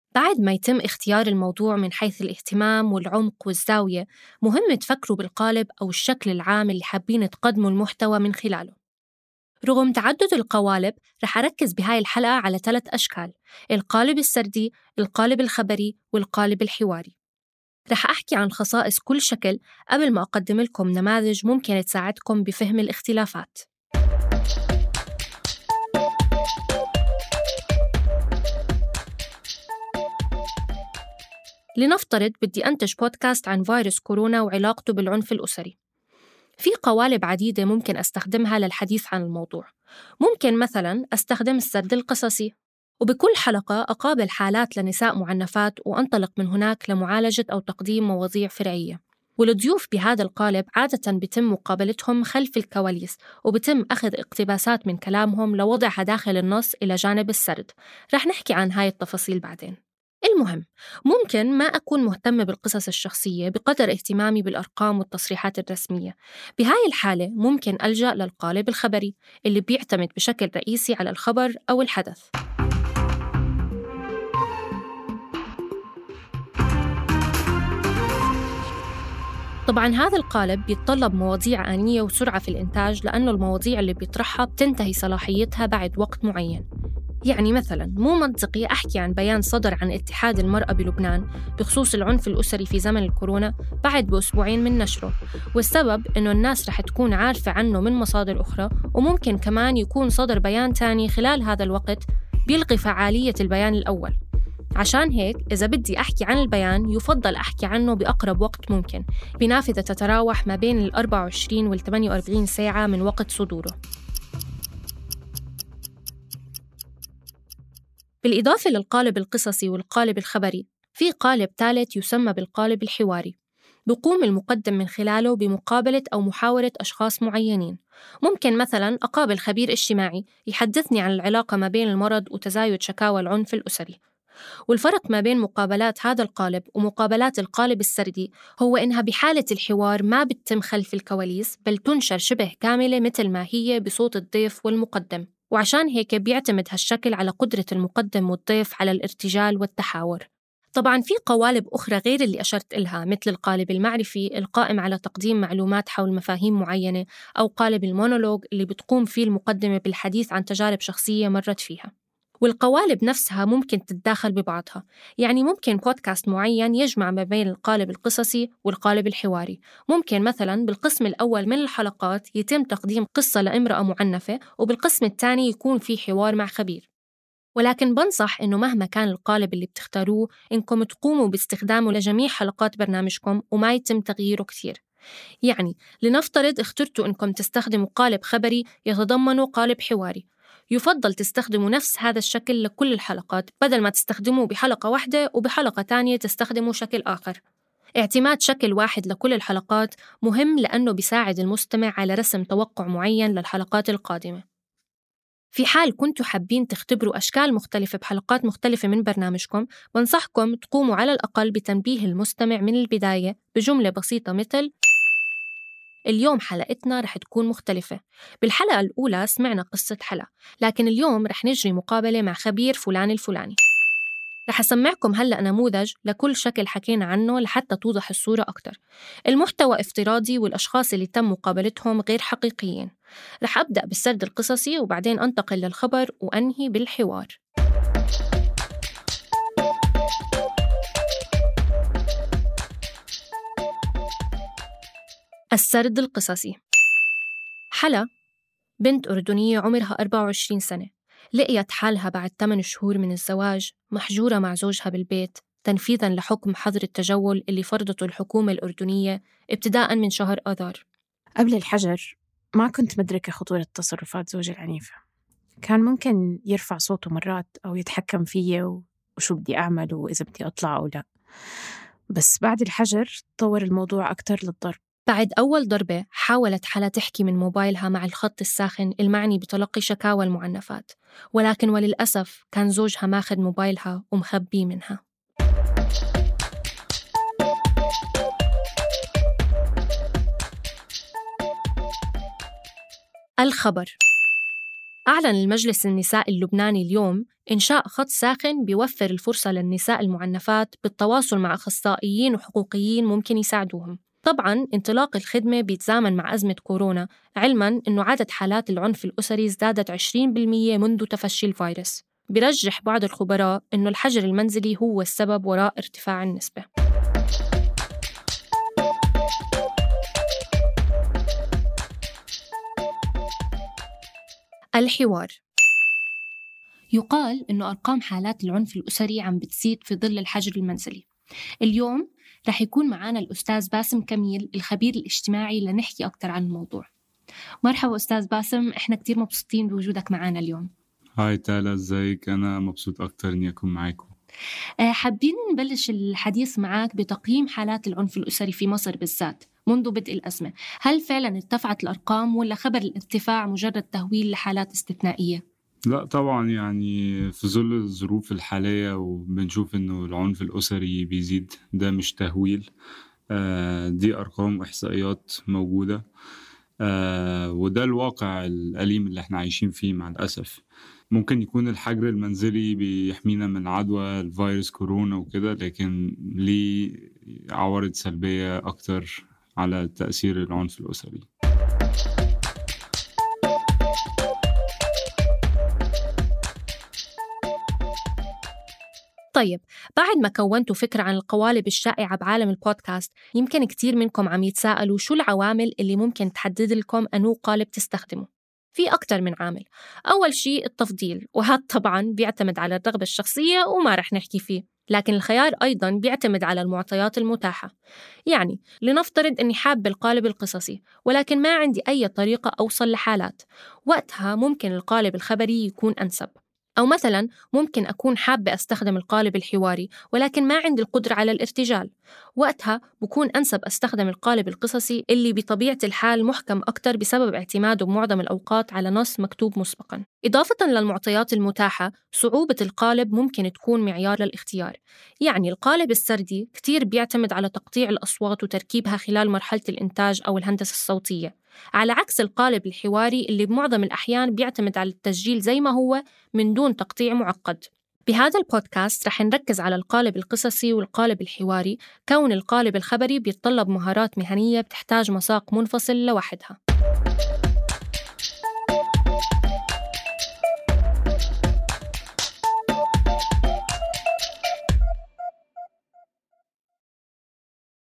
بعد ما يتم اختيار الموضوع من حيث الاهتمام والعمق والزاوية، مهم تفكروا بالقالب أو الشكل العام اللي حابين تقدموا المحتوى من خلاله. رغم تعدد القوالب، رح أركز بهاي الحلقة على 3 أشكال: القالب السردي، القالب الخبري، والقالب الحواري. رح أحكي عن خصائص كل شكل قبل ما أقدم لكم نماذج ممكن تساعدكم بفهم الاختلافات. لنفترض بدي أنتج بودكاست عن فيروس كورونا وعلاقته بالعنف الأسري. في قوالب عديدة ممكن أستخدمها للحديث عن الموضوع. ممكن مثلاً أستخدم السرد القصصي، وبكل حلقة أقابل حالات لنساء معنفات وأنطلق من هناك لمعالجة أو تقديم مواضيع فرعية. والضيوف بهذا القالب عادة بيتم مقابلتهم خلف الكواليس، وبتم أخذ اقتباسات من كلامهم لوضعها داخل النص إلى جانب السرد. رح نحكي عن هاي التفاصيل بعدين. المهم، ممكن ما أكون مهتمة بالقصص الشخصية بقدر اهتمامي بالأرقام والتصريحات الرسمية. بهاي الحالة ممكن ألجأ للقالب الخبري اللي بيعتمد بشكل رئيسي على الخبر أو الحدث. طبعاً هذا القالب بيتطلب مواضيع آنية وسرعة في الإنتاج، لأنه المواضيع اللي بيطرحها بتنتهي صلاحيتها بعد وقت معين. يعني مثلاً مو منطقي أحكي عن بيان صدر عن اتحاد المرأة بلبنان بخصوص العنف الأسري في زمن الكورونا بعد بأسبوعين من نشره، والسبب إنه الناس رح تكون عارفة عنه من مصادر أخرى، وممكن كمان يكون صدر بيان تاني خلال هذا الوقت بيلغي فعالية البيان الأول. عشان هيك إذا بدي أحكي عن البيان يفضل أحكي عنه بأقرب وقت ممكن، بنافذة تتراوح ما بين 24 و 48 ساعة من وقت صدوره. بالإضافة للقالب القصصي والقالب الخبري، في قالب ثالث يسمى بالقالب الحواري. بقوم المقدم من خلاله بمقابلة أو محاورة أشخاص معينين. ممكن مثلاً أقابل خبير اجتماعي يحدثني عن العلاقة ما بين المرض وتزايد شكاوى العنف الأسري. والفرق ما بين مقابلات هذا القالب ومقابلات القالب السردي هو إنها بحالة الحوار ما بتتم خلف الكواليس، بل تنشر شبه كاملة مثل ما هي بصوت الضيف والمقدم. وعشان هيك بيعتمد هالشكل على قدرة المقدم والضيف على الارتجال والتحاور. طبعاً في قوالب أخرى غير اللي أشرت إلها، مثل القالب المعرفي القائم على تقديم معلومات حول مفاهيم معينة، أو قالب المونولوج اللي بتقوم فيه المقدمة بالحديث عن تجارب شخصية مرت فيها. والقوالب نفسها ممكن تتداخل ببعضها، يعني ممكن بودكاست معين يجمع ما بين القالب القصصي والقالب الحواري. ممكن مثلاً بالقسم الأول من الحلقات يتم تقديم قصة لامرأة معنفة، وبالقسم الثاني يكون في حوار مع خبير. ولكن بنصح إنه مهما كان القالب اللي بتختاروه، إنكم تقوموا باستخدامه لجميع حلقات برنامجكم وما يتم تغييره كتير. يعني لنفترض اخترتوا إنكم تستخدموا قالب خبري يتضمنوا قالب حواري، يفضل تستخدموا نفس هذا الشكل لكل الحلقات، بدل ما تستخدموه بحلقة واحدة وبحلقة تانية تستخدموا شكل آخر. اعتماد شكل واحد لكل الحلقات مهم، لأنه بيساعد المستمع على رسم توقع معين للحلقات القادمة. في حال كنتوا حابين تختبروا أشكال مختلفة بحلقات مختلفة من برنامجكم، بنصحكم تقوموا على الأقل بتنبيه المستمع من البداية بجملة بسيطة مثل: اليوم حلقتنا رح تكون مختلفة. بالحلقة الأولى سمعنا قصة حلا، لكن اليوم رح نجري مقابلة مع خبير فلان الفلاني. رح أسمعكم هلأ نموذج لكل شكل حكينا عنه لحتى توضح الصورة أكتر. المحتوى افتراضي والأشخاص اللي تم مقابلتهم غير حقيقيين. رح أبدأ بالسرد القصصي وبعدين أنتقل للخبر وأنهي بالحوار. السرد القصصي. حلا بنت أردنية عمرها 24 سنة، لقيت حالها بعد 8 شهور من الزواج محجورة مع زوجها بالبيت تنفيذاً لحكم حظر التجول اللي فرضته الحكومة الأردنية ابتداءً من شهر آذار. قبل الحجر ما كنت مدركة خطورة تصرفات زوجي العنيفة. كان ممكن يرفع صوته مرات أو يتحكم فيا وشو بدي أعمل وإذا بدي أطلع أو لا. بس بعد الحجر تطور الموضوع أكتر للضرب. بعد أول ضربة حاولت حلا تحكي من موبايلها مع الخط الساخن المعني بتلقي شكاوى المعنفات، ولكن وللأسف كان زوجها ماخذ موبايلها ومخبيه منها. الخبر. أعلن المجلس النسائي اللبناني اليوم إنشاء خط ساخن بيوفر الفرصة للنساء المعنفات بالتواصل مع أخصائيين وحقوقيين ممكن يساعدوهم. طبعاً انطلاق الخدمة بيتزامن مع أزمة كورونا، علماً إنه عدد حالات العنف الأسري ازدادت 20% منذ تفشي الفيروس. برجح بعض الخبراء إنه الحجر المنزلي هو السبب وراء ارتفاع النسبة. الحوار. يقال إنه أرقام حالات العنف الأسري عم بتزيد في ظل الحجر المنزلي. اليوم رح يكون معنا الأستاذ باسم كميل الخبير الاجتماعي لنحكي أكتر عن الموضوع. مرحبا أستاذ باسم، إحنا كتير مبسوطين بوجودك معنا اليوم. هاي تالا، ازيك؟ أنا مبسوط أكتر إني أكون معاكم. حابين نبلش الحديث معك بتقييم حالات العنف الأسري في مصر بالذات منذ بدء الأزمة. هل فعلا ارتفعت الأرقام ولا خبر الارتفاع مجرد تهويل لحالات استثنائية؟ لا طبعا، يعني في ظل الظروف الحالية وبنشوف إنه العنف الأسري بيزيد، ده مش تهويل. دي أرقام إحصائيات موجودة، وده الواقع الأليم اللي احنا عايشين فيه مع الأسف. ممكن يكون الحجر المنزلي بيحمينا من عدوى الفيروس كورونا وكده، لكن ليه عوارض سلبية أكتر على تأثير العنف الأسري. طيب، بعد ما كونتوا فكرة عن القوالب الشائعة بعالم البودكاست، يمكن كتير منكم عم يتساءلوا شو العوامل اللي ممكن تحدد لكم أنو قالب تستخدمه. في أكتر من عامل. أول شيء التفضيل، وهذا طبعاً بيعتمد على الرغبة الشخصية وما رح نحكي فيه. لكن الخيار أيضاً بيعتمد على المعطيات المتاحة. يعني لنفترض أني حاب القالب القصصي ولكن ما عندي أي طريقة أوصل لحالات، وقتها ممكن القالب الخبري يكون أنسب. أو مثلاً ممكن أكون حابة أستخدم القالب الحواري ولكن ما عندي القدرة على الارتجال، وقتها بكون أنسب أستخدم القالب القصصي اللي بطبيعة الحال محكم أكتر بسبب اعتماده بمعظم الأوقات على نص مكتوب مسبقاً. إضافة للمعطيات المتاحة، صعوبة القالب ممكن تكون معيار للاختيار. يعني القالب السردي كتير بيعتمد على تقطيع الأصوات وتركيبها خلال مرحلة الإنتاج أو الهندسة الصوتية، على عكس القالب الحواري اللي بمعظم الأحيان بيعتمد على التسجيل زي ما هو من دون تقطيع معقد. بهذا البودكاست رح نركز على القالب القصصي والقالب الحواري، كون القالب الخبري بيتطلب مهارات مهنية بتحتاج مساق منفصل لوحدها.